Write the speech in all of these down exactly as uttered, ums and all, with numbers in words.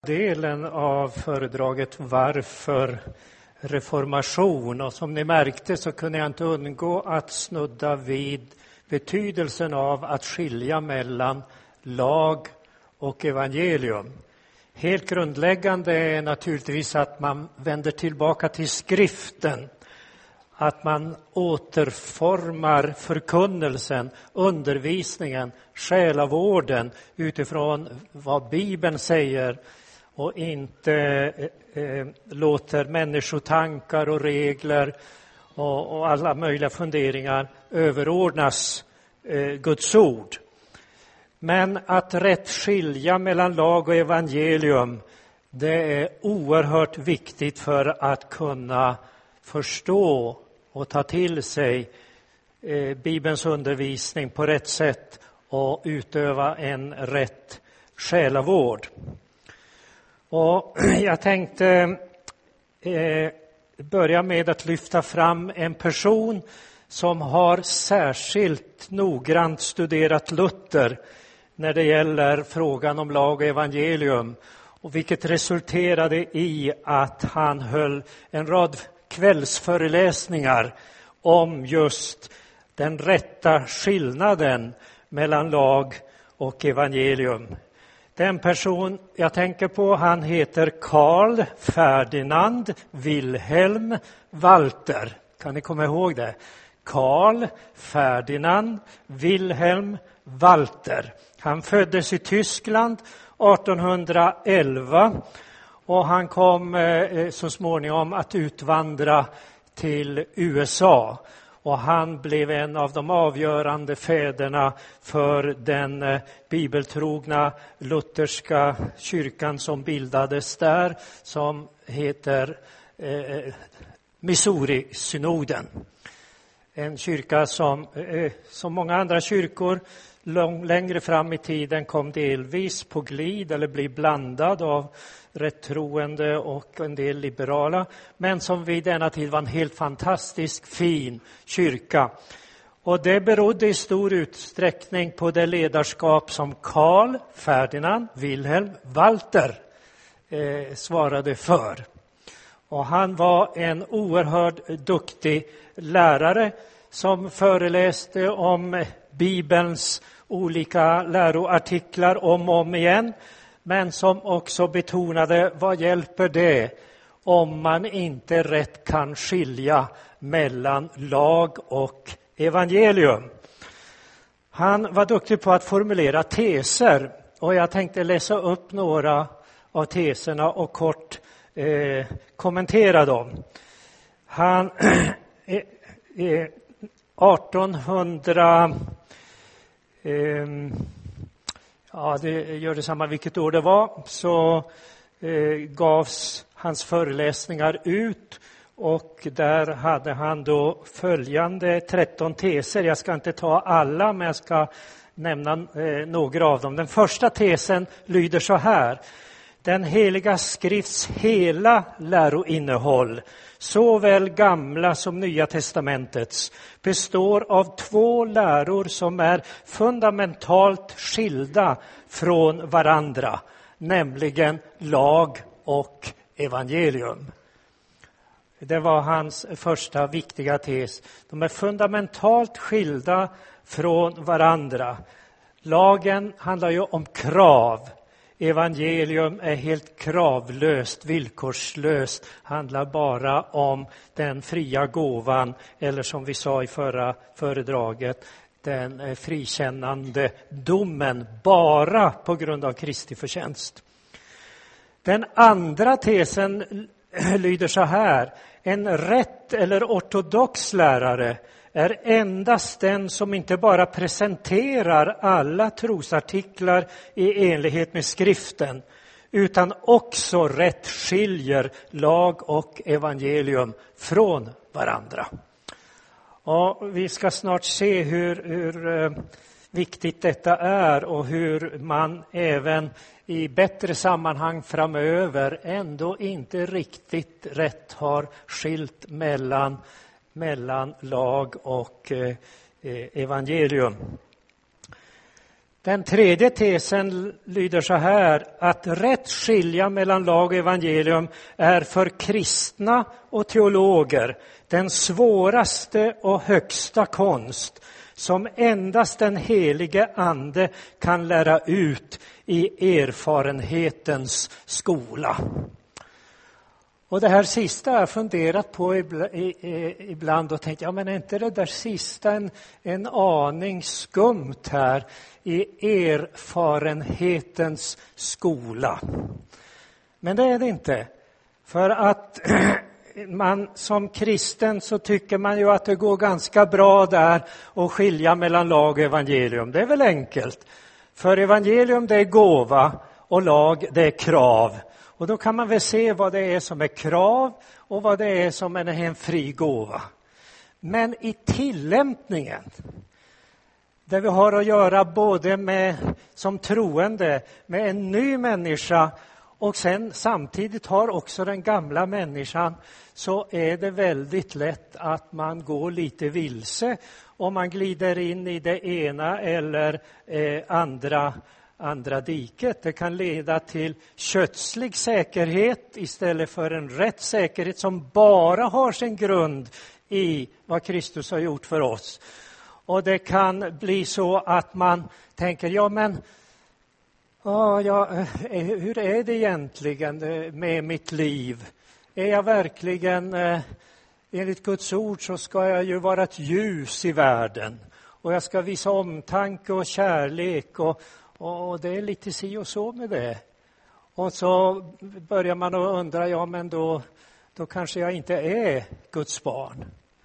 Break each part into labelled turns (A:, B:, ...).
A: Delen av föredraget Varför reformation, och som ni märkte så kunde jag inte undgå att snudda vid betydelsen av att skilja mellan lag och evangelium. Helt grundläggande är naturligtvis att man vänder tillbaka till skriften, att man återformar förkunnelsen, undervisningen, själavården utifrån vad Bibeln säger och inte eh, låter människotankar och regler och, och alla möjliga funderingar överordnas eh, Guds ord. Men att rätt skilja mellan lag och evangelium, det är oerhört viktigt för att kunna förstå och ta till sig eh, Bibelns undervisning på rätt sätt och utöva en rätt själavård. Och jag tänkte eh, börja med att lyfta fram en person som har särskilt noggrant studerat Luther när det gäller frågan om lag och evangelium, och vilket resulterade i att han höll en rad kvällsföreläsningar om just den rätta skillnaden mellan lag och evangelium. Den person jag tänker på, han heter Carl Ferdinand Wilhelm Walter. Kan ni komma ihåg det? Carl Ferdinand Wilhelm Walter. Han föddes i Tyskland artonhundraelva och han kom eh, så småningom att utvandra till U S A. Och han blev en av de avgörande fäderna för den eh, bibeltrogna lutherska kyrkan som bildades där, som heter eh, Missouri-synoden. En kyrka som, eh, som många andra kyrkor lång, längre fram i tiden kom delvis på glid eller bli blandad av rättroende och en del liberala, men som vid denna tid var en helt fantastisk fin kyrka. Och det berodde i stor utsträckning på det ledarskap som Carl Ferdinand Wilhelm Walter eh, svarade för. Och han var en oerhört duktig lärare som föreläste om Bibelns olika läroartiklar om och om igen, men som också betonade vad hjälper det om man inte rätt kan skilja mellan lag och evangelium. Han var duktig på att formulera teser, och jag tänkte läsa upp några av teserna och kort eh, kommentera dem. Han eh, eh, artonhundra eh, ja, det gör det samma vilket år det var, så eh, gavs hans föreläsningar ut, och där hade han då följande tretton teser. Jag ska inte ta alla, men jag ska nämna eh, några av dem. Den första tesen lyder så här: den heliga skrifts hela läroinnehåll, såväl gamla som nya testamentets, består av två läror som är fundamentalt skilda från varandra, nämligen lag och evangelium. Det var hans första viktiga tes. De är fundamentalt skilda från varandra. Lagen handlar ju om krav. Evangelium är helt kravlöst, villkorslöst, handlar bara om den fria gåvan, eller som vi sa i förra föredraget, den frikännande domen bara på grund av Kristi förtjänst. Den andra tesen lyder så här: en rätt eller ortodox lärare är endast den som inte bara presenterar alla trosartiklar i enlighet med skriften, utan också rätt skiljer lag och evangelium från varandra. Och vi ska snart se hur, hur viktigt detta är, och hur man även i bättre sammanhang framöver ändå inte riktigt rätt har skilt mellan mellan lag och eh, evangelium. Den tredje tesen lyder så här, att rätt skilja mellan lag och evangelium är för kristna och teologer den svåraste och högsta konst som endast den helige ande kan lära ut i erfarenhetens skola. Och det här sista har jag funderat på ibland och tänkt, ja men är inte det där sista en, en aning skumt här i erfarenhetens skola? Men det är det inte. För att man som kristen så tycker man ju att det går ganska bra där att skilja mellan lag och evangelium. Det är väl enkelt. För evangelium det är gåva och lag det är krav. Och då kan man väl se vad det är som är krav och vad det är som är en fri gåva. Men i tillämpningen, där vi har att göra både med som troende, med en ny människa och sen samtidigt har också den gamla människan, så är det väldigt lätt att man går lite vilse och man glider in i det ena eller eh, andra andra diket. Det kan leda till kötslig säkerhet istället för en rätt säkerhet som bara har sin grund i vad Kristus har gjort för oss. Och det kan bli så att man tänker, ja men ja, ja, hur är det egentligen med mitt liv? Är jag verkligen, enligt Guds ord så ska jag ju vara ett ljus i världen. Och jag ska visa omtanke och kärlek och Och det är lite si och så med det. Och så börjar man att undra, ja men då, då kanske jag inte är Guds barn.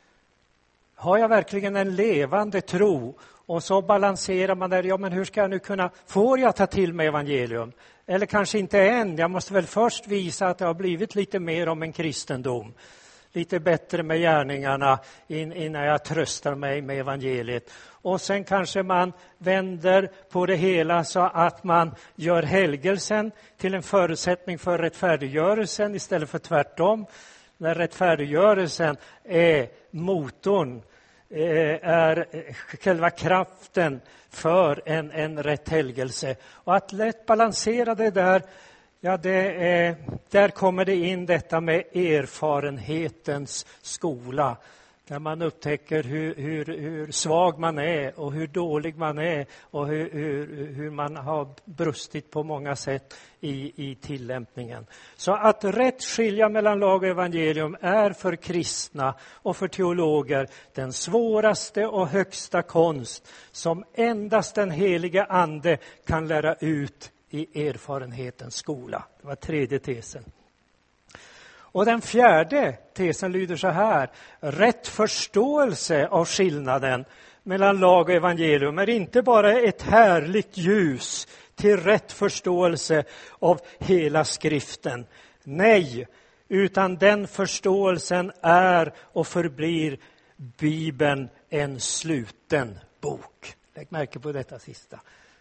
A: Har jag verkligen en levande tro? Och så balanserar man där, ja men hur ska jag nu kunna, får jag ta till mig evangelium? Eller kanske inte än, jag måste väl först visa att det har blivit lite mer om en kristendom. Lite bättre med gärningarna innan jag tröstar mig med evangeliet. Och sen kanske man vänder på det hela så att man gör helgelsen till en förutsättning för rättfärdiggörelsen istället för tvärtom. När rättfärdiggörelsen är motorn, är själva kraften för en, en rätt helgelse. Och att lätt balansera det där, ja, det är, där kommer det in detta med erfarenhetens skola. Där man upptäcker hur, hur, hur svag man är och hur dålig man är och hur, hur, hur man har brustit på många sätt i, i tillämpningen. Så att rätt skilja mellan lag och evangelium är för kristna och för teologer den svåraste och högsta konst som endast den helige ande kan lära ut i erfarenhetens skola. Det var tredje tesen. Och den fjärde tesen lyder så här. Rätt förståelse av skillnaden mellan lag och evangelium är inte bara ett härligt ljus till rätt förståelse av hela skriften. Nej, utan den förståelsen är och förblir Bibeln en sluten bok. Lägg märke på detta sista.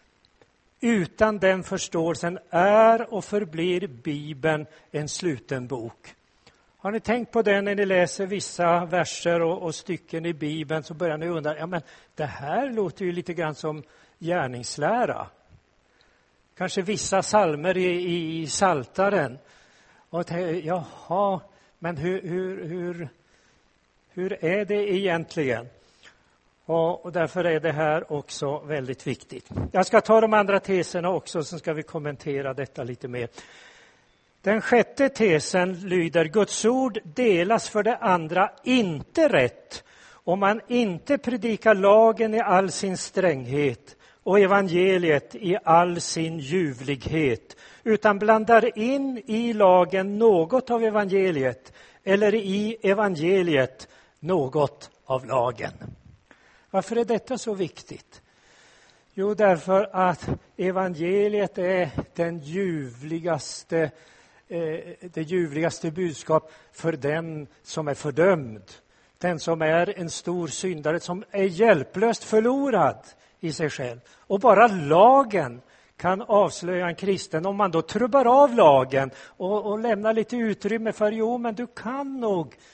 A: Utan den förståelsen är och förblir Bibeln en sluten bok. Har ni tänkt på det när ni läser vissa verser och, och stycken i Bibeln, så börjar ni undra, ja men det här låter ju lite grann som gärningslära. Kanske vissa psalmer i, i Psaltaren. Och tänker, jaha, men hur, hur, hur, hur är det egentligen? Och, och därför är det här också väldigt viktigt. Jag ska ta de andra teserna också, så ska vi kommentera detta lite mer. Den sjätte tesen lyder: Guds ord delas för det andra inte rätt om man inte predikar lagen i all sin stränghet och evangeliet i all sin ljuvlighet, utan blandar in i lagen något av evangeliet eller i evangeliet något av lagen. Varför är detta så viktigt? Jo, därför att evangeliet är den ljuvligaste det ljuvligaste budskap för den som är fördömd. Den som är en stor syndare, som är hjälplöst förlorad i sig själv. Och bara lagen kan avslöja en kristen. Om man då trubbar av lagen och, och lämnar lite utrymme för, jo men du kan nog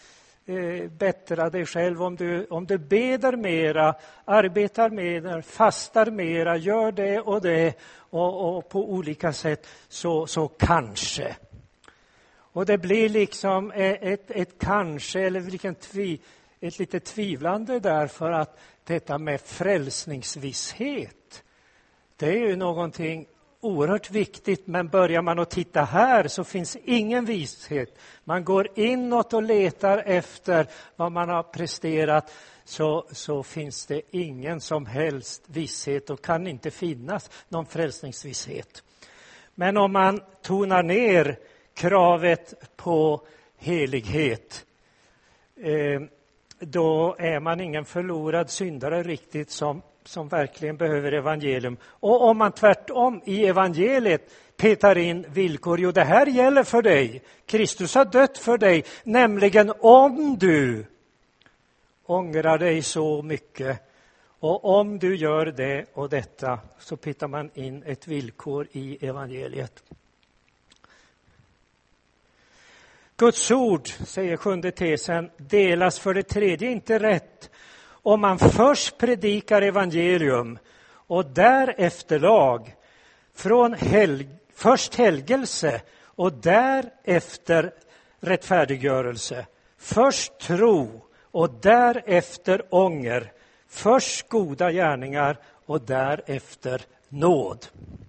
A: eh, bättra dig själv, om du, om du beder mera, arbetar mera, fastar mera, gör det och det och, och på olika sätt, så, så kanske. Och det blir liksom ett, ett kanske, eller vilken tvi, ett lite tvivlande där, för att detta med frälsningsvisshet, det är ju någonting oerhört viktigt, men börjar man att titta här så finns ingen visshet. Man går inåt och letar efter vad man har presterat, så, så finns det ingen som helst visshet och kan inte finnas någon frälsningsvisshet. Men om man tonar ner kravet på helighet, eh, då är man ingen förlorad syndare riktigt som, som verkligen behöver evangelium. Och om man tvärtom i evangeliet petar in villkor, jo det här gäller för dig, Kristus har dött för dig, nämligen om du ångrar dig så mycket och om du gör det och detta, så petar man in ett villkor i evangeliet. Guds ord, säger sjunde tesen, delas för det tredje inte rätt om man först predikar evangelium och därefter lag, från helg, först helgelse och därefter rättfärdiggörelse, först tro och därefter ånger, först goda gärningar och därefter nåd.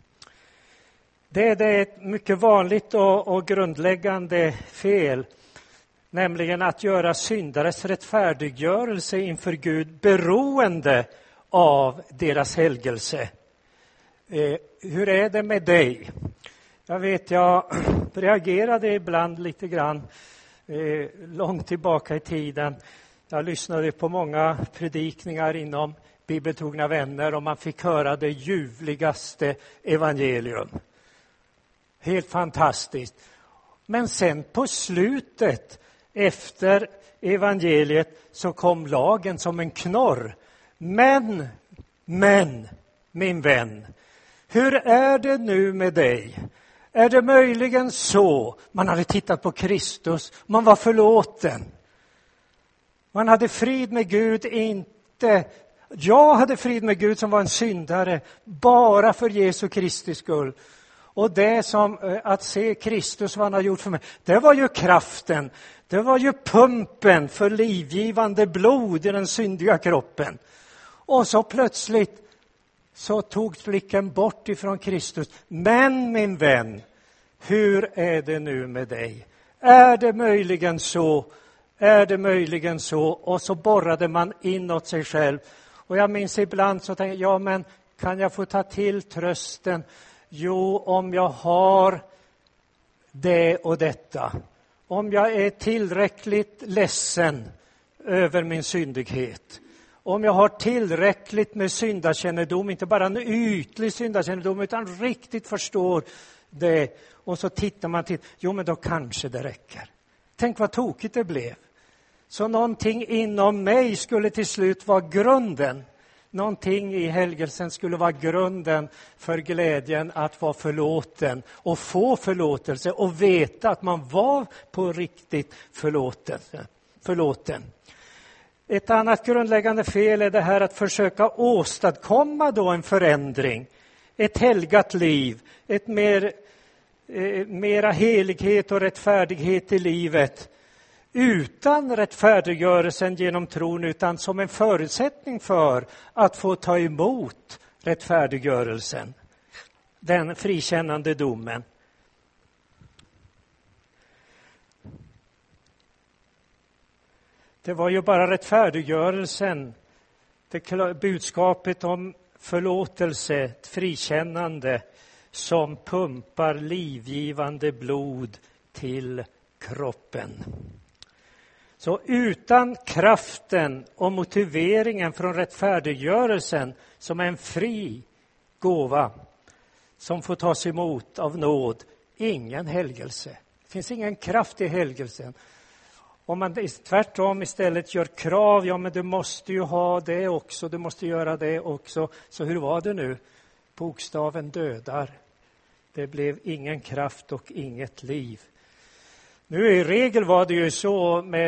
A: Det är ett mycket vanligt och, och grundläggande fel, nämligen att göra syndares rättfärdiggörelse inför Gud beroende av deras helgelse. Eh, hur är det med dig? Jag vet, jag reagerade ibland lite grann eh, långt tillbaka i tiden. Jag lyssnade på många predikningar inom Bibeltrogna vänner och man fick höra det ljuvligaste evangelium. Helt fantastiskt. Men sen på slutet efter evangeliet så kom lagen som en knorr. Men, men, min vän, hur är det nu med dig? Är det möjligen så? Man hade tittat på Kristus, man var förlåten. Man hade frid med Gud, inte... Jag hade frid med Gud som var en syndare, bara för Jesu Kristi skull. Och det som att se Kristus, vad han har gjort för mig, det var ju kraften. Det var ju pumpen för livgivande blod i den syndiga kroppen. Och så plötsligt så tog blicken bort ifrån Kristus. Men min vän, hur är det nu med dig? Är det möjligen så? Är det möjligen så? Och så borrade man inåt sig själv. Och jag minns ibland så tänkte jag, ja men kan jag få ta till trösten? Jo, om jag har det och detta. Om jag är tillräckligt ledsen över min syndighet. Om jag har tillräckligt med syndakännedom, inte bara en ytlig syndakännedom utan riktigt förstår det. Och så tittar man till, jo men då kanske det räcker. Tänk vad tokigt det blev. Så någonting inom mig skulle till slut vara grunden. Någonting i helgelsen skulle vara grunden för glädjen att vara förlåten och få förlåtelse och veta att man var på riktigt förlåten. förlåten. Ett annat grundläggande fel är det här att försöka åstadkomma då en förändring. Ett helgat liv, ett mer, eh, mera helighet och rättfärdighet i livet. Utan rättfärdiggörelsen genom tron, utan som en förutsättning för att få ta emot rättfärdiggörelsen. Den frikännande domen. Det var ju bara rättfärdiggörelsen, det budskapet om förlåtelse, frikännande, som pumpar livgivande blod till kroppen. Så utan kraften och motiveringen från rättfärdiggörelsen, som är en fri gåva som får tas emot av nåd, ingen helgelse. Det finns ingen kraft i helgelsen. Om man tvärtom istället gör krav, ja men du måste ju ha det också, du måste göra det också. Så hur var det nu? Bokstaven dödar. Det blev ingen kraft och inget liv. Nu i regel var det ju så med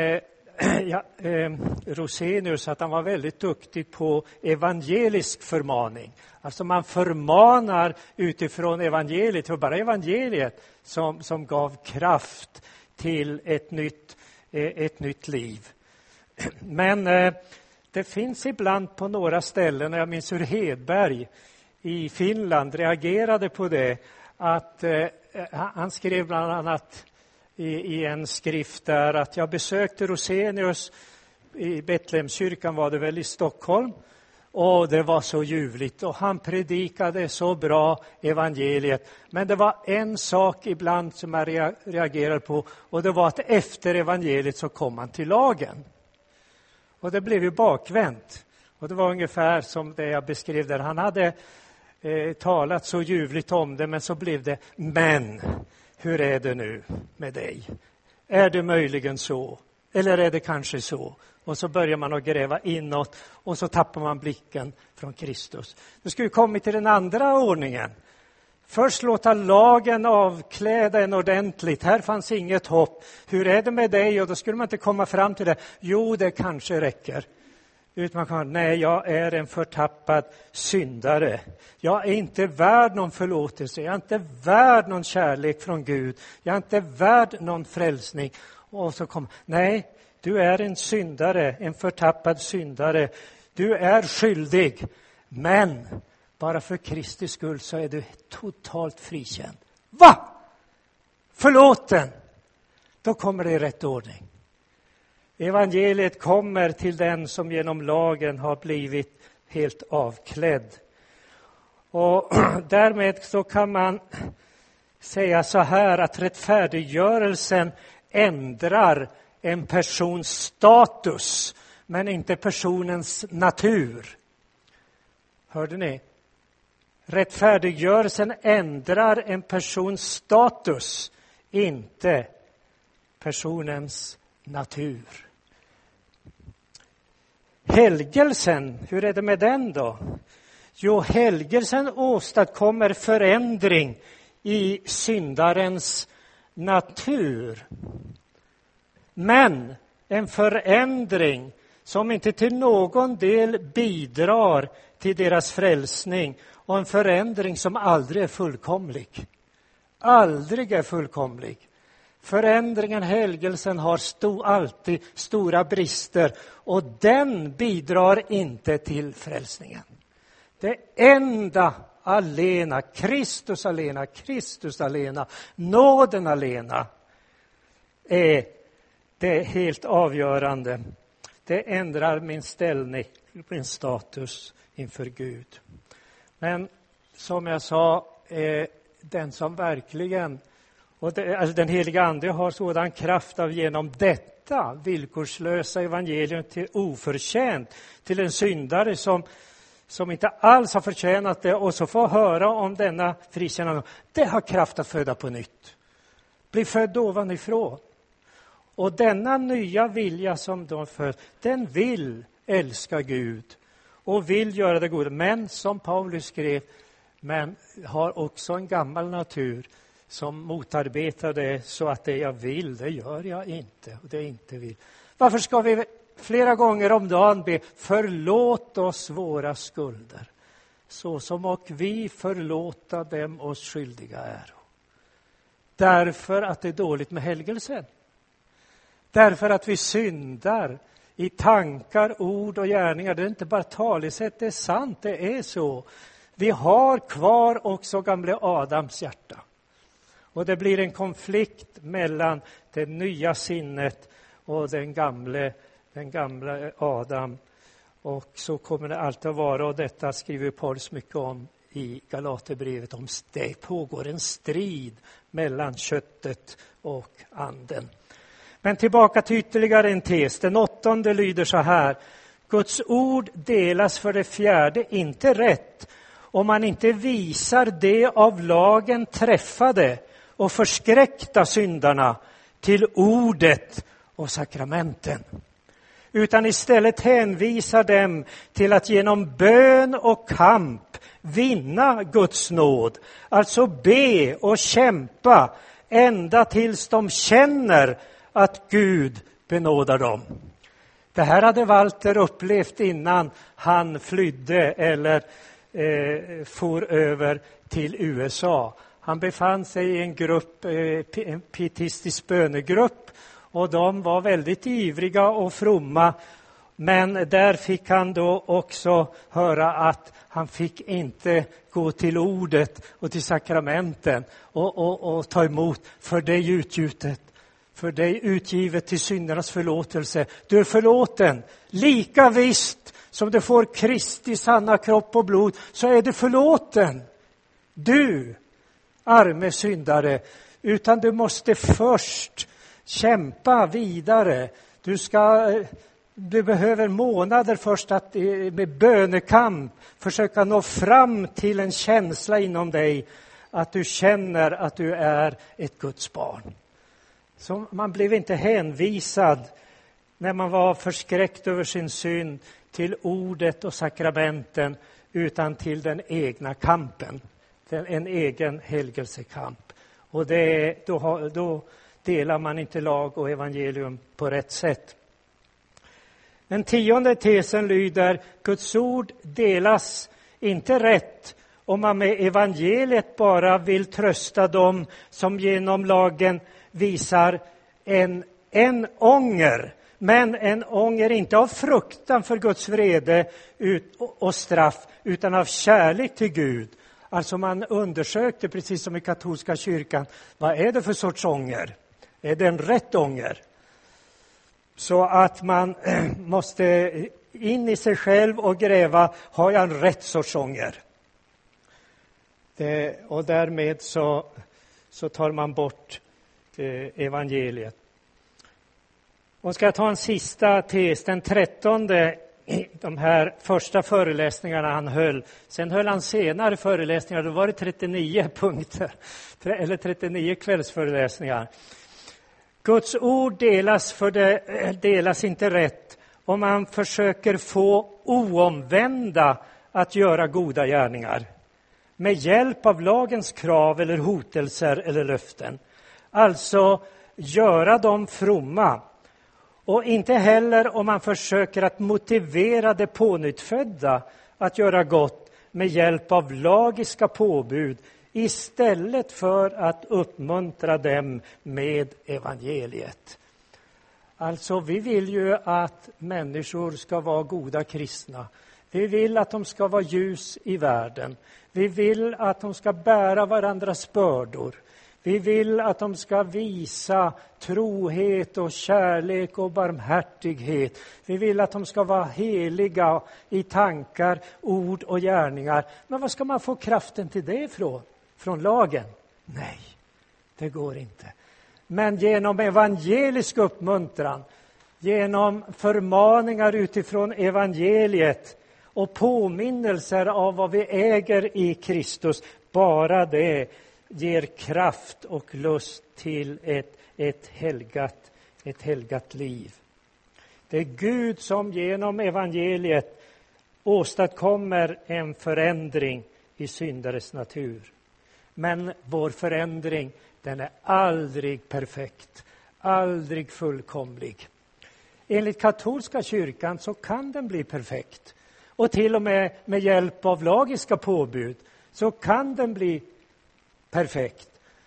A: ja, eh, Rosenius att han var väldigt duktig på evangelisk förmaning. Alltså man förmanar utifrån evangeliet, och bara evangeliet som, som gav kraft till ett nytt, eh, ett nytt liv. Men eh, det finns ibland på några ställen, jag minns hur Hedberg i Finland reagerade på det, att eh, han skrev bland annat i, i en skrift där att jag besökte Rosenius i Betlehemskyrkan, var det väl, i Stockholm, och det var så ljuvligt och han predikade så bra evangeliet, men det var en sak ibland som jag reagerade på, och det var att efter evangeliet så kom han till lagen. Och det blev ju bakvänt. Och det var ungefär som det jag beskrev där. Han hade eh, talat så ljuvligt om det, men så blev det, men hur är det nu med dig? Är det möjligen så? Eller är det kanske så? Och så börjar man att gräva inåt och så tappar man blicken från Kristus. Nu ska vi komma till den andra ordningen. Först låta lagen avkläda en ordentligt. Här fanns inget hopp. Hur är det med dig? Och då skulle man inte komma fram till det. Jo, det kanske räcker. Utan man kan, nej, jag är en förtappad syndare. Jag är inte värd någon förlåtelse. Jag är inte värd någon kärlek från Gud. Jag är inte värd någon frälsning. Och så kommer, nej, du är en syndare, en förtappad syndare. Du är skyldig, men bara för Kristi skull så är du totalt frikänd. Va? Förlåten? Då kommer det i rätt ordning. Evangeliet kommer till den som genom lagen har blivit helt avklädd. Och därmed så kan man säga så här att rättfärdiggörelsen ändrar en persons status, men inte personens natur. Hörde ni? Rättfärdiggörelsen ändrar en persons status, inte personens natur. Helgelsen, hur är det med den då? Jo, helgelsen åstadkommer förändring i syndarens natur. Men en förändring som inte till någon del bidrar till deras frälsning, och en förändring som aldrig är fullkomlig. Aldrig är fullkomlig. Förändringen, helgelsen, har sto, alltid stora brister, och den bidrar inte till frälsningen. Det enda alena, Kristus alena, Kristus alena, nåden alena är det helt avgörande. Det ändrar min ställning, min status inför Gud. Men som jag sa, eh, den som verkligen, och det, alltså den heliga ande har sådan kraft av genom detta villkorslösa evangelium till oförtjänt, till en syndare som, som inte alls har förtjänat det, och så får höra om denna frikännande. Det har kraft att föda på nytt. Bli född ovanifrån. Och denna nya vilja som de föds, den vill älska Gud och vill göra det goda. Men som Paulus skrev, men har också en gammal natur som motarbetar det, så att det jag vill, det gör jag inte. Och det jag inte vill. Varför ska vi flera gånger om dagen be, förlåt oss våra skulder, så som och vi förlåta dem oss skyldiga är? Därför att det är dåligt med helgelsen. Därför att vi syndar i tankar, ord och gärningar. Det är inte bara talesätt, det är sant, det är så. Vi har kvar också gamla Adams hjärta. Och det blir en konflikt mellan det nya sinnet och den gamla, den gamla Adam. Och så kommer det alltid att vara, och detta skriver Paulus mycket om i Galaterbrevet. Om det pågår en strid mellan köttet och anden. Men tillbaka till ytterligare en tes. Den åttonde lyder så här. Guds ord delas för det fjärde inte rätt om man inte visar det av lagen träffade och förskräckta syndarna till ordet och sakramenten. Utan istället hänvisar dem till att genom bön och kamp vinna Guds nåd. Alltså be och kämpa ända tills de känner att Gud benådar dem. Det här hade Walter upplevt innan han flydde eller eh, for över till U S A. Han befann sig i en grupp, eh, en pietistisk bönegrupp, och de var väldigt ivriga och fromma. Men där fick han då också höra att han fick inte gå till ordet och till sakramenten och, och, och ta emot, för det är utgjutet. För dig utgivet till syndernas förlåtelse. Du är förlåten. Lika visst som du får Kristi sanna kropp och blod, så är du förlåten. Du, arme syndare. Utan du måste först kämpa vidare. Du ska... Du behöver månader först att med bönekamp försöka nå fram till en känsla inom dig att du känner att du är ett Guds barn. Så man blev inte hänvisad när man var förskräckt över sin synd till ordet och sakramenten, utan till den egna kampen, en egen helgelsekamp. Och det, då, då delar man inte lag och evangelium på rätt sätt. Den tionde tesen lyder: Guds ord delas inte rätt om man med evangeliet bara vill trösta dem som genom lagen visar en, en ånger. Men en ånger inte av fruktan för Guds vrede och straff, utan av kärlek till Gud. Alltså man undersökte, precis som i katolska kyrkan, vad är det för sorts ånger? Är det en rätt ånger? Så att man måste in i sig själv och gräva, har jag en rätt sorts ånger? Det, och därmed så, så tar man bort eh, evangeliet. Och ska jag ta en sista tes, den trettonde, de här första föreläsningarna han höll. Sen höll han senare föreläsningar, då var det trettionio punkter, eller trettionio kvällsföreläsningar. Guds ord delas, för det delas inte rätt om man försöker få oomvända att göra goda gärningar med hjälp av lagens krav eller hotelser eller löften. Alltså göra dem fromma. Och inte heller om man försöker att motivera det pånyttfödda att göra gott med hjälp av lagiska påbud, istället för att uppmuntra dem med evangeliet. Alltså vi vill ju att människor ska vara goda kristna. Vi vill att de ska vara ljus i världen. Vi vill att de ska bära varandras bördor. Vi vill att de ska visa trohet och kärlek och barmhärtighet. Vi vill att de ska vara heliga i tankar, ord och gärningar. Men vad ska man få kraften till det ifrån? Från lagen? Nej, det går inte. Men genom evangelisk uppmuntran, genom förmaningar utifrån evangeliet och påminnelser av vad vi äger i Kristus, bara det ger kraft och lust till ett, ett, helgat, ett helgat liv. Det är Gud som genom evangeliet åstadkommer en förändring i syndares natur. Men vår förändring, den är aldrig perfekt, aldrig fullkomlig. Enligt katolska kyrkan så kan den bli perfekt. Och till och med med hjälp av lagiska påbud så kan den bli perfekt.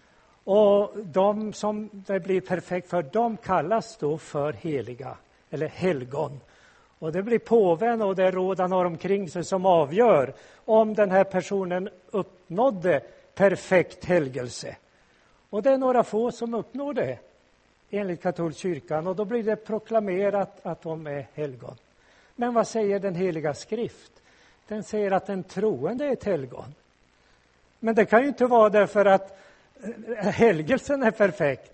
A: Och de som det blir perfekt för, de kallas då för heliga eller helgon. Och det blir påven och det råd han har omkring sig som avgör om den här personen uppnådde perfekt helgelse. Och det är några få som uppnår det enligt katolska kyrkan, och då blir det proklamerat att de är helgon. Men vad säger den heliga skrift? Den säger att den troende är ett helgon. Men det kan ju inte vara därför att helgelsen är perfekt.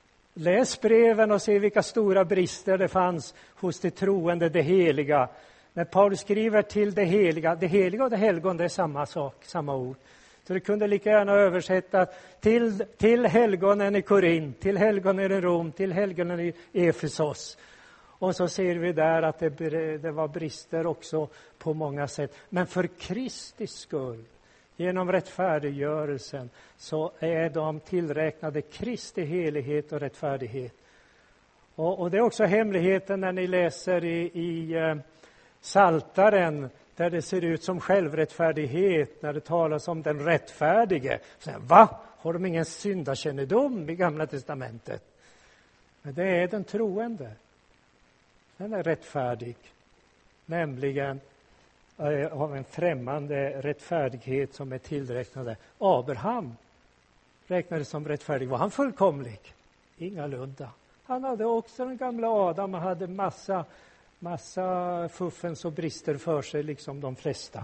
A: Läs breven och se vilka stora brister det fanns hos det troende, det heliga. När Paulus skriver till det heliga, det heliga och det helgon, det är samma sak, samma ord. Så det kunde lika gärna översätta till, till helgonen i Korint, till helgonen i Rom, till helgonen i Efesos. Och så ser vi där att det, det var brister också på många sätt. Men för Kristi skull, genom rättfärdiggörelsen, så är de tillräknade Kristi helighet och rättfärdighet. Och, och det är också hemligheten när ni läser i, i eh, Psaltaren, där det ser ut som självrättfärdighet, när det talas om den rättfärdige. Så här, va? Har de ingen syndakännedom i Gamla testamentet? Men det är den troende. Den är rättfärdig. Nämligen eh, av en främmande rättfärdighet som är tillräknade. Abraham räknades som rättfärdig. Var han fullkomlig? Ingalunda. Han hade också den gamla Adam och hade massa, massa fuffens och brister för sig, liksom de flesta.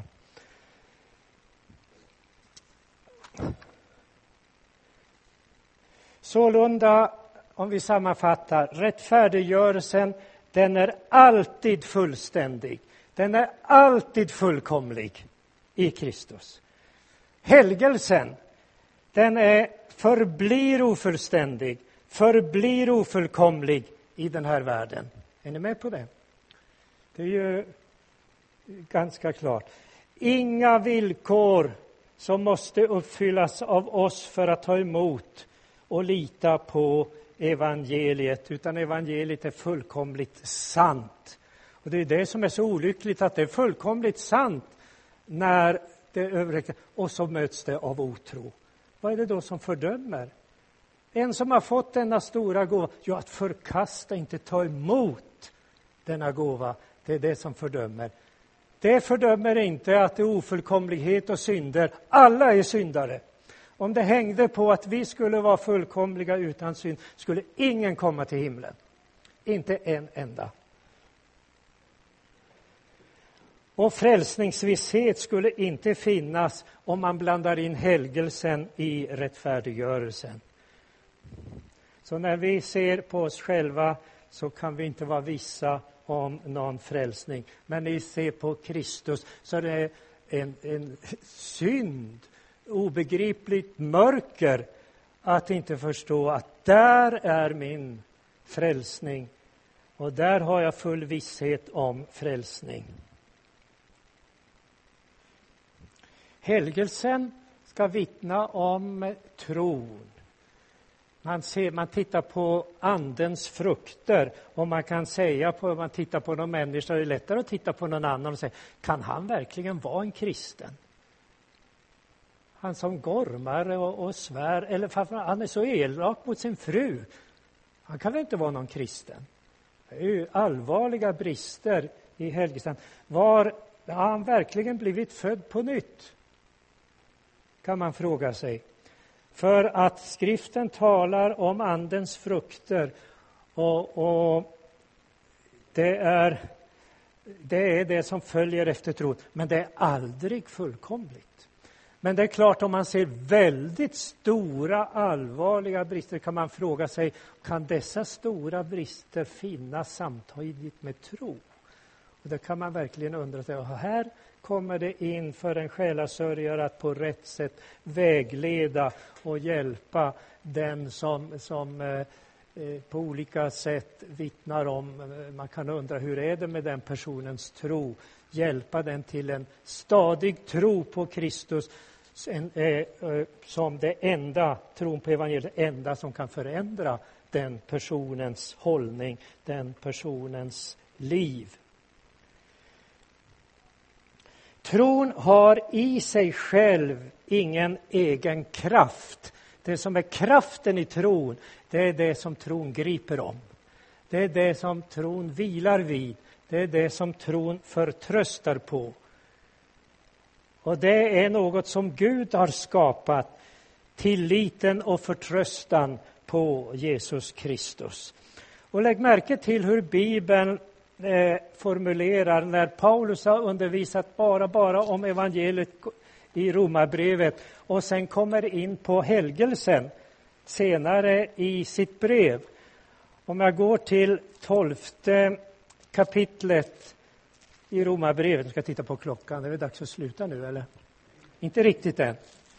A: Sålunda, om vi sammanfattar, rättfärdiggörelsen, den är alltid fullständig. Den är alltid fullkomlig i Kristus. Helgelsen, den är förblir ofullständig, förblir ofullkomlig i den här världen. Är ni med på det? Det är ju ganska klart. Inga villkor som måste uppfyllas av oss för att ta emot och lita på evangeliet, utan evangeliet är fullkomligt sant. Och det är det som är så olyckligt, att det är fullkomligt sant när det överräcker, och så möts det av otro. Vad är det då som fördömer? En som har fått denna stora gåva, ja, att förkasta, inte ta emot denna gåva, det är det som fördömer. Det fördömer inte att det är ofullkomlighet och synder. Alla är syndare. Om det hängde på att vi skulle vara fullkomliga utan synd, skulle ingen komma till himlen. Inte en enda. Och frälsningsvisshet skulle inte finnas om man blandar in helgelsen i rättfärdiggörelsen. Så när vi ser på oss själva så kan vi inte vara vissa om någon frälsning. Men när vi ser på Kristus så är det en, en synd, obegripligt mörker att inte förstå att där är min frälsning. Och där har jag full visshet om frälsning. Helgelsen ska vittna om tron. Man, ser, man tittar på andens frukter, och man kan säga, på, om man tittar på någon människa, det är lättare att titta på någon annan och säga, kan han verkligen vara en kristen? Han som gormar och, och svär, eller framförallt, han är så elak mot sin fru. Han kan väl inte vara någon kristen? Det är ju allvarliga brister i helgelsen. Var har han verkligen blivit född på nytt? Kan man fråga sig. För att skriften talar om andens frukter, och, och det, är, det är det som följer efter tron. Men det är aldrig fullkomligt. Men det är klart, om man ser väldigt stora, allvarliga brister kan man fråga sig, kan dessa stora brister finnas samtidigt med tro? Och det kan man verkligen undra sig. Och här kommer det in för en själasörjare att på rätt sätt vägleda och hjälpa den som, som eh, på olika sätt vittnar om. Man kan undra, hur är det med den personens tro? Hjälpa den till en stadig tro på Kristus, en, eh, som det enda, tron på evangeliet, enda som kan förändra den personens hållning, den personens liv. Tron har i sig själv ingen egen kraft. Det som är kraften i tron, det är det som tron griper om. Det är det som tron vilar vid. Det är det som tron förtröstar på. Och det är något som Gud har skapat, tilliten och förtröstan på Jesus Kristus. Och lägg märke till hur Bibeln eh, formulerar när Paulus har undervisat bara, bara om evangeliet i Romarbrevet och sen kommer in på helgelsen senare i sitt brev. Om jag går till tolfte kapitlet i Romarbrevet, jag ska titta på klockan, det är dags att sluta nu eller? Inte riktigt än.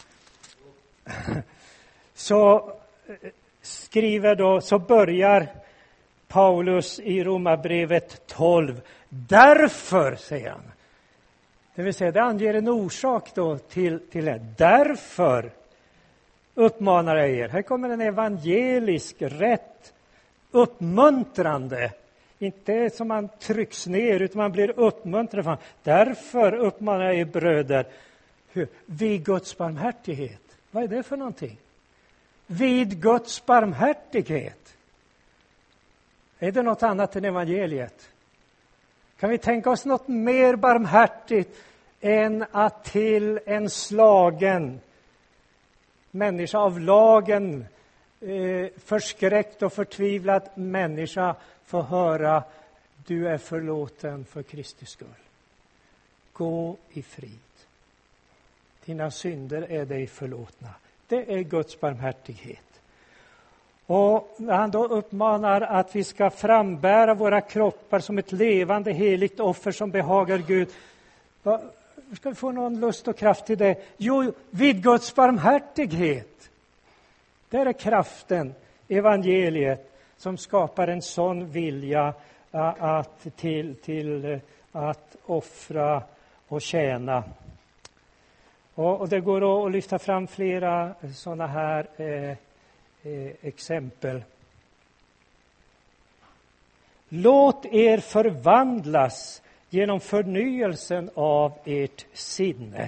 A: Så skriver då, så börjar Paulus i Romarbrevet tolv. Därför, säger han. Det vill säga, det anger en orsak då till, till det. Därför uppmanar jag er. Här kommer en evangelisk rätt uppmuntrande. Inte som man trycks ner, utan man blir uppmuntrad. Därför uppmanar jag er bröder vid Guds barmhärtighet. Vad är det för någonting? Vid Guds barmhärtighet. Är det något annat än evangeliet? Kan vi tänka oss något mer barmhärtigt än att till en slagen människa av lagen, eh, förskräckt och förtvivlad människa, få höra: du är förlåten för Kristi skull. Gå i frid. Dina synder är dig förlåtna. Det är Guds barmhärtighet. Och när han då uppmanar att vi ska frambära våra kroppar som ett levande heligt offer som behagar Gud. Vad ska vi få någon lust och kraft till det? Jo, vid Guds barmhärtighet. Där är kraften, evangeliet, som skapar en sån vilja att, till, till att offra och tjäna. Och, och det går att lyfta fram flera sådana här eh, eh, exempel. Låt er förvandlas genom förnyelsen av ert sinne.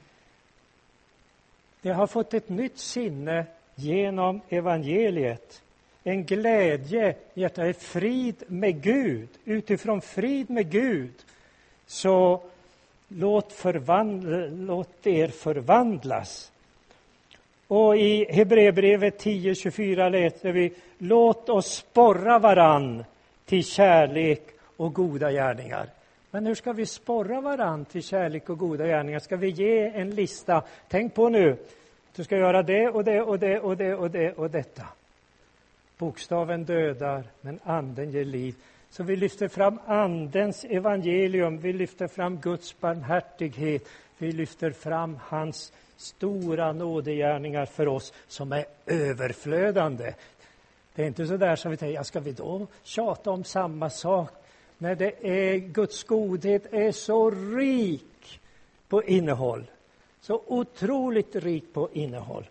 A: Det har fått ett nytt sinne genom evangeliet. En glädje i att det är frid med Gud. Utifrån frid med Gud så låt, förvandla, låt er förvandlas. Och i Hebreerbrevet tio tjugofyra läser vi: låt oss sporra varann till kärlek och goda gärningar. Men hur ska vi sporra varann till kärlek och goda gärningar? Ska vi ge en lista? Tänk på nu, du ska göra det och det och det och det och det och detta. Bokstaven dödar, men anden ger liv. Så vi lyfter fram andens evangelium, vi lyfter fram Guds barmhärtighet, vi lyfter fram hans stora nådegärningar för oss som är överflödande. Det är inte så där som vi tänker, ja, ska vi då tjata om samma sak? När det är, Guds godhet är så rik på innehåll. Så otroligt rik på innehåll.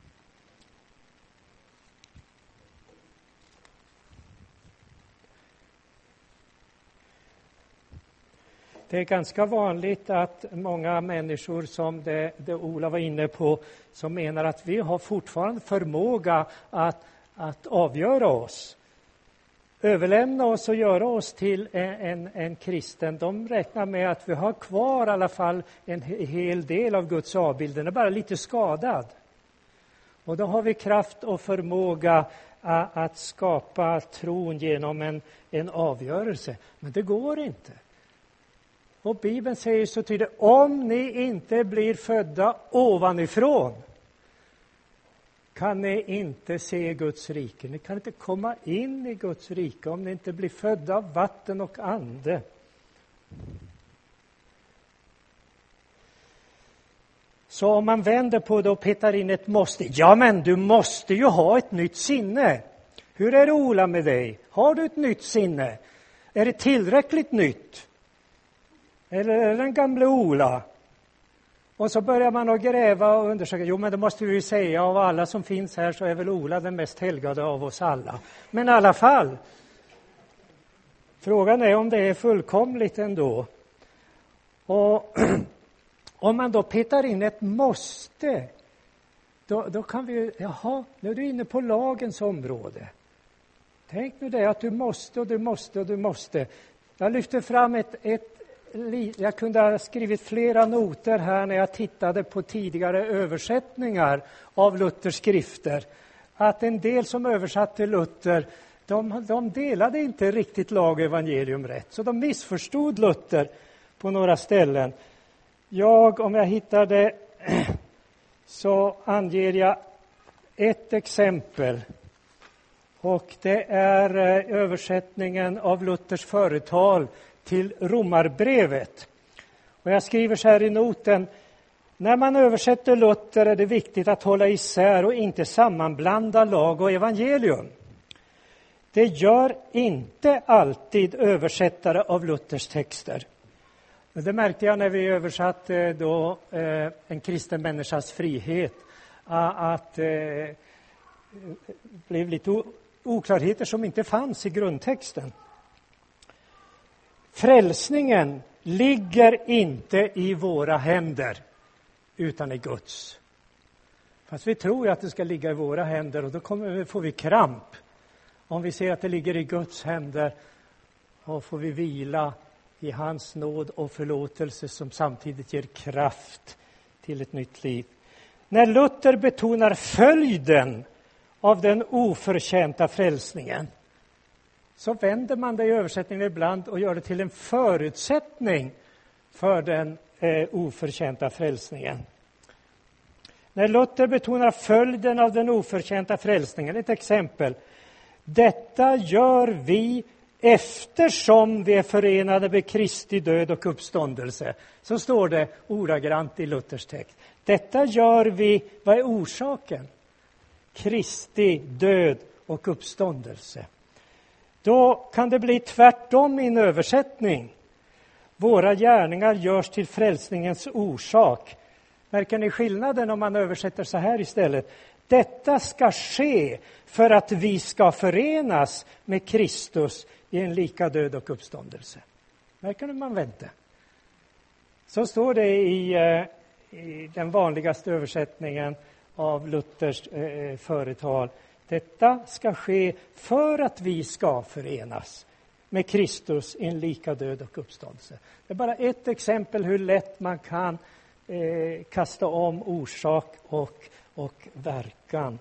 A: Det är ganska vanligt att många människor, som det, det Ola var inne på, som menar att vi har fortfarande förmåga att, att avgöra oss. Överlämna oss och göra oss till en, en, en kristen. De räknar med att vi har kvar i alla fall en hel del av Guds avbild. Den är bara lite skadad. Och då har vi kraft och förmåga att, att skapa tron genom en, en avgörelse. Men det går inte. Och Bibeln säger så tydligt: om ni inte blir födda ovanifrån kan ni inte se Guds rike. Ni kan inte komma in i Guds rike om ni inte blir födda av vatten och ande. Så om man vänder på det och petar in ett måste. Ja, men du måste ju ha ett nytt sinne. Hur är det, Ola, med dig? Har du ett nytt sinne? Är det tillräckligt nytt? Eller är det den gamla Ola? Och så börjar man att gräva och undersöka. Jo, men det måste vi ju säga. Av alla som finns här så är väl Ola den mest helgade av oss alla. Men i alla fall. Frågan är om det är fullkomligt ändå. Och om man då petar in ett måste. Då, då kan vi, jaha, nu är du inne på lagens område. Tänk nu det att du måste och du måste och du måste. Jag lyfter fram ett, ett Jag kunde ha skrivit flera noter här när jag tittade på tidigare översättningar av Luthers skrifter. Att en del som översatte Luther, de, de delade inte riktigt lag och evangelium rätt. Så de missförstod Luther på några ställen. Jag, om jag hittar det, så anger jag ett exempel. Och det är översättningen av Luthers företal till Romarbrevet. Och jag skriver så här i noten: när man översätter Luther är det viktigt att hålla isär och inte sammanblanda lag och evangelium. Det gör inte alltid översättare av Luthers texter. Det märkte jag när vi översatte då eh, en kristen människas frihet, att det eh, blev lite oklarheter som inte fanns i grundtexten. Frälsningen ligger inte i våra händer utan i Guds. Fast vi tror att det ska ligga i våra händer, och då kommer, får vi kramp. Om vi ser att det ligger i Guds händer, och får vi vila i hans nåd och förlåtelse som samtidigt ger kraft till ett nytt liv. När Luther betonar följden av den oförtjänta frälsningen, så vänder man det i översättningen ibland och gör det till en förutsättning för den eh, oförtjänta frälsningen. När Luther betonar följden av den oförtjänta frälsningen, ett exempel. Detta gör vi eftersom vi är förenade med Kristi död och uppståndelse. Så står det ordagrant i Luthers text. Detta gör vi, vad är orsaken? Kristi död och uppståndelse. Då kan det bli tvärtom i en översättning. Våra gärningar görs till frälsningens orsak. Märker ni skillnaden om man översätter så här istället? Detta ska ske för att vi ska förenas med Kristus i en lika död och uppståndelse. Märker ni man väntar? Så står det i, i den vanligaste översättningen av Luthers eh, företal. Detta ska ske för att vi ska förenas med Kristus i en lika död och uppståndelse. Det är bara ett exempel hur lätt man kan eh, kasta om orsak och, och verkan.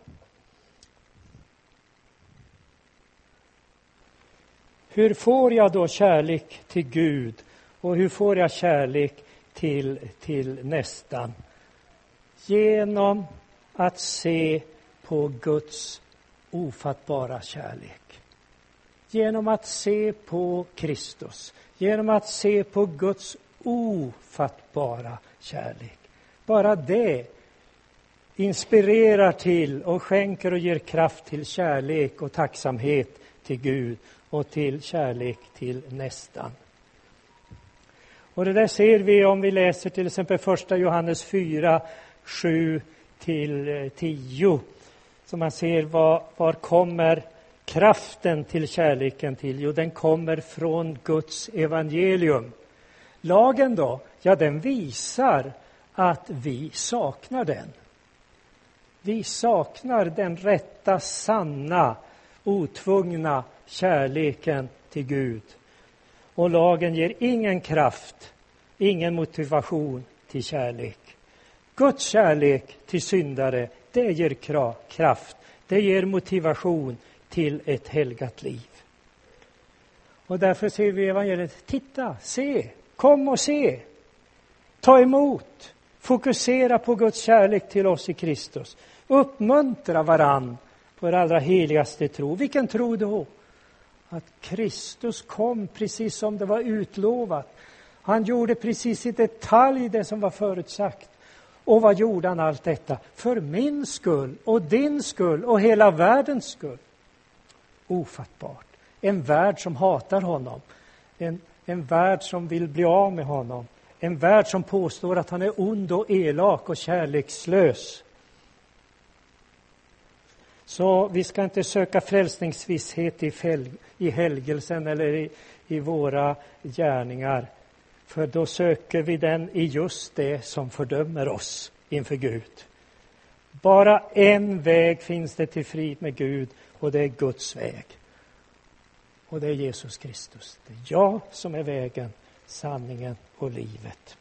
A: Hur får jag då kärlek till Gud? Och hur får jag kärlek till, till nästan? Genom att se på Guds ofattbara kärlek. Genom att se på Kristus. Genom att se på Guds ofattbara kärlek. Bara det inspirerar till och skänker och ger kraft till kärlek och tacksamhet till Gud och till kärlek till nästan. Och det där ser vi om vi läser till exempel första Johannes fyra, sju till tio. Så man ser var, var kommer kraften till kärleken till? Jo, den kommer från Guds evangelium. Lagen då? Ja, den visar att vi saknar den. Vi saknar den rätta, sanna, otvungna kärleken till Gud. Och lagen ger ingen kraft, ingen motivation till kärlek. Guds kärlek till syndare, det ger kraft. Det ger motivation till ett helgat liv. Och därför ser vi i evangeliet, titta, se, kom och se. Ta emot, fokusera på Guds kärlek till oss i Kristus. Uppmuntra varann på er allra heligaste tro. Vilken tro då? Att Kristus kom precis som det var utlovat. Han gjorde precis i detalj det som var förutsagt. Och vad gjorde han allt detta? För min skull och din skull och hela världens skull. Ofattbart. En värld som hatar honom. En, en värld som vill bli av med honom. En värld som påstår att han är ond och elak och kärlekslös. Så vi ska inte söka frälsningsvisshet i, fel, i helgelsen eller i, i våra gärningar. För då söker vi den i just det som fördömer oss inför Gud. Bara en väg finns det till frid med Gud, och det är Guds väg. Och det är Jesus Kristus. Det är jag som är vägen, sanningen och livet.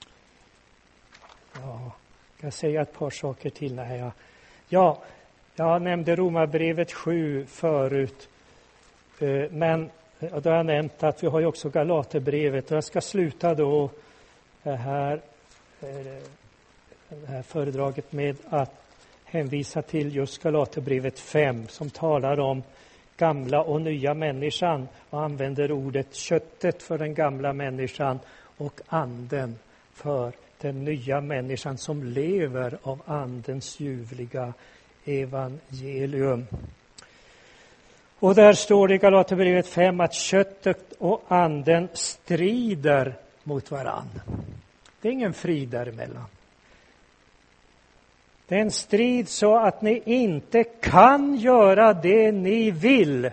A: Ja, jag kan säga ett par saker till när jag... Ja, jag nämnde Romarbrevet sju förut. Men då har jag nämnt att vi har ju också Galaterbrevet. Och jag ska sluta då det här, det här föredraget med att hänvisa till just Galaterbrevet fem, som talar om gamla och nya människan och använder ordet köttet för den gamla människan och anden för den nya människan som lever av andens ljuvliga evangelium. Och där står det i Galaterbrevet fem att köttet och anden strider mot varann. Det är ingen frid däremellan. Det är en strid så att ni inte kan göra det ni vill.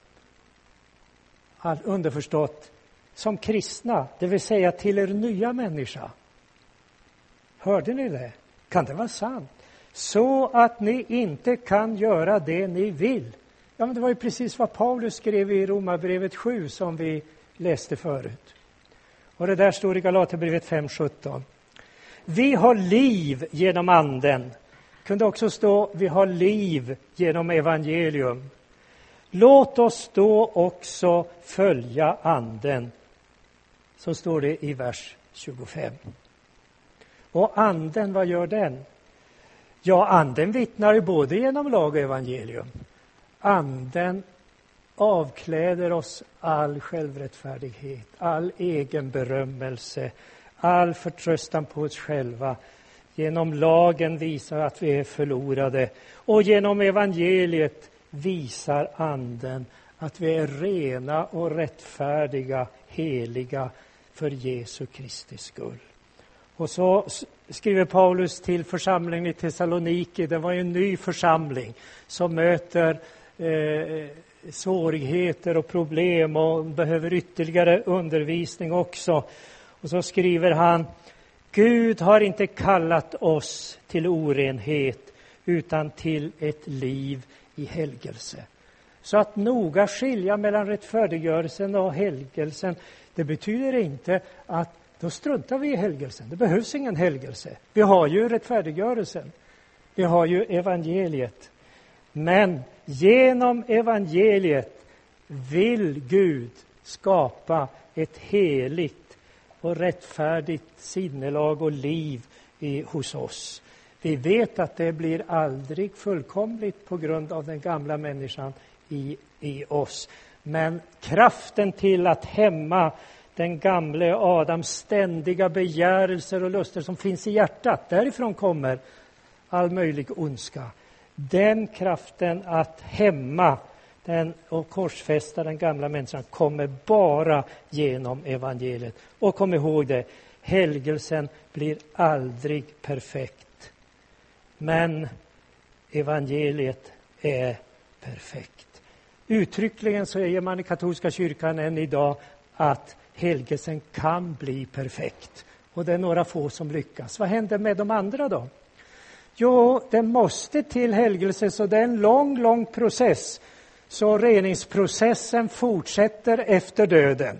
A: All underförstått som kristna, det vill säga till er nya människa. Hörde ni det? Kan det vara sant? Så att ni inte kan göra det ni vill. Ja, men det var ju precis vad Paulus skrev i Romarbrevet sju som vi läste förut. Och det där står i Galaterbrevet fem sjutton. Vi har liv genom anden. Kunde också stå, vi har liv genom evangelium. Låt oss då också följa anden. Så står det i vers tjugofem. Och anden, vad gör den? Ja, anden vittnar ju både genom lag och evangelium. Anden avkläder oss all självrättfärdighet, all egen berömmelse, all förtröstan på oss själva. Genom lagen visar att vi är förlorade, och genom evangeliet visar anden att vi är rena och rättfärdiga, heliga för Jesu Kristi skull. Och så skriver Paulus till församlingen i Thessaloniki. Det var ju en ny församling som möter eh, svårigheter och problem och behöver ytterligare undervisning också. Och så skriver han: Gud har inte kallat oss till orenhet utan till ett liv i helgelse. Så att noga skilja mellan rättfärdiggörelsen och helgelsen, det betyder inte att då struntar vi i helgelsen. Det behövs ingen helgelse. Vi har ju rättfärdiggörelsen. Vi har ju evangeliet. Men genom evangeliet vill Gud skapa ett heligt och rättfärdigt sinnelag och liv i, hos oss. Vi vet att det blir aldrig fullkomligt på grund av den gamla människan i, i oss. Men kraften till att hämma den gamle Adams ständiga begärelser och luster som finns i hjärtat, därifrån kommer all möjlig ondska. Den kraften att hämma den och korsfästa den gamla människan kommer bara genom evangeliet. Och kom ihåg det, helgelsen blir aldrig perfekt. Men evangeliet är perfekt. Uttryckligen så säger man i katolska kyrkan än idag att helgelsen kan bli perfekt. Och det är några få som lyckas. Vad händer med de andra då? Jo, det måste till helgelse, så det är en lång, lång process. Så reningsprocessen fortsätter efter döden.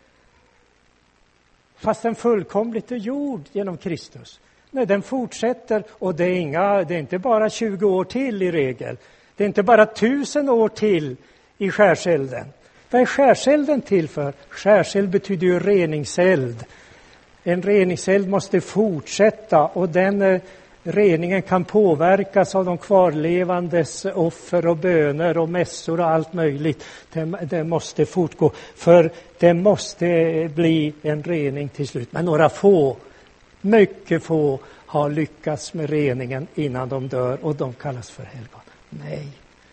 A: Fast den fullkomligt är gjord genom Kristus. Nej, den fortsätter, och det är, inga, det är inte bara tjugo år till i regel. Det är inte bara tusen år till i skärselden. Vad är skärselden till för? Skärseld betyder ju reningseld. En reningseld måste fortsätta, och den eh, reningen kan påverkas av de kvarlevandes offer och böner och mässor och allt möjligt. Det, det måste fortgå, för det måste bli en rening till slut. Men några få, mycket få, har lyckats med reningen innan de dör, och de kallas för helgon. Nej.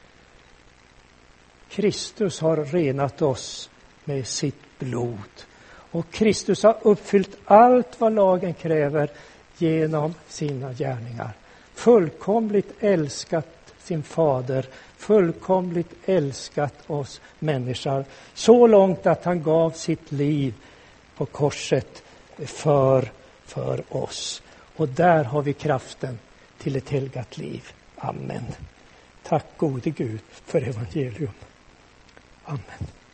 A: Kristus har renat oss med sitt blod. Och Kristus har uppfyllt allt vad lagen kräver genom sina gärningar. Fullkomligt älskat sin fader. Fullkomligt älskat oss människor. Så långt att han gav sitt liv på korset för, för oss. Och där har vi kraften till ett helgat liv. Amen. Tack gode Gud för evangelium. Amen.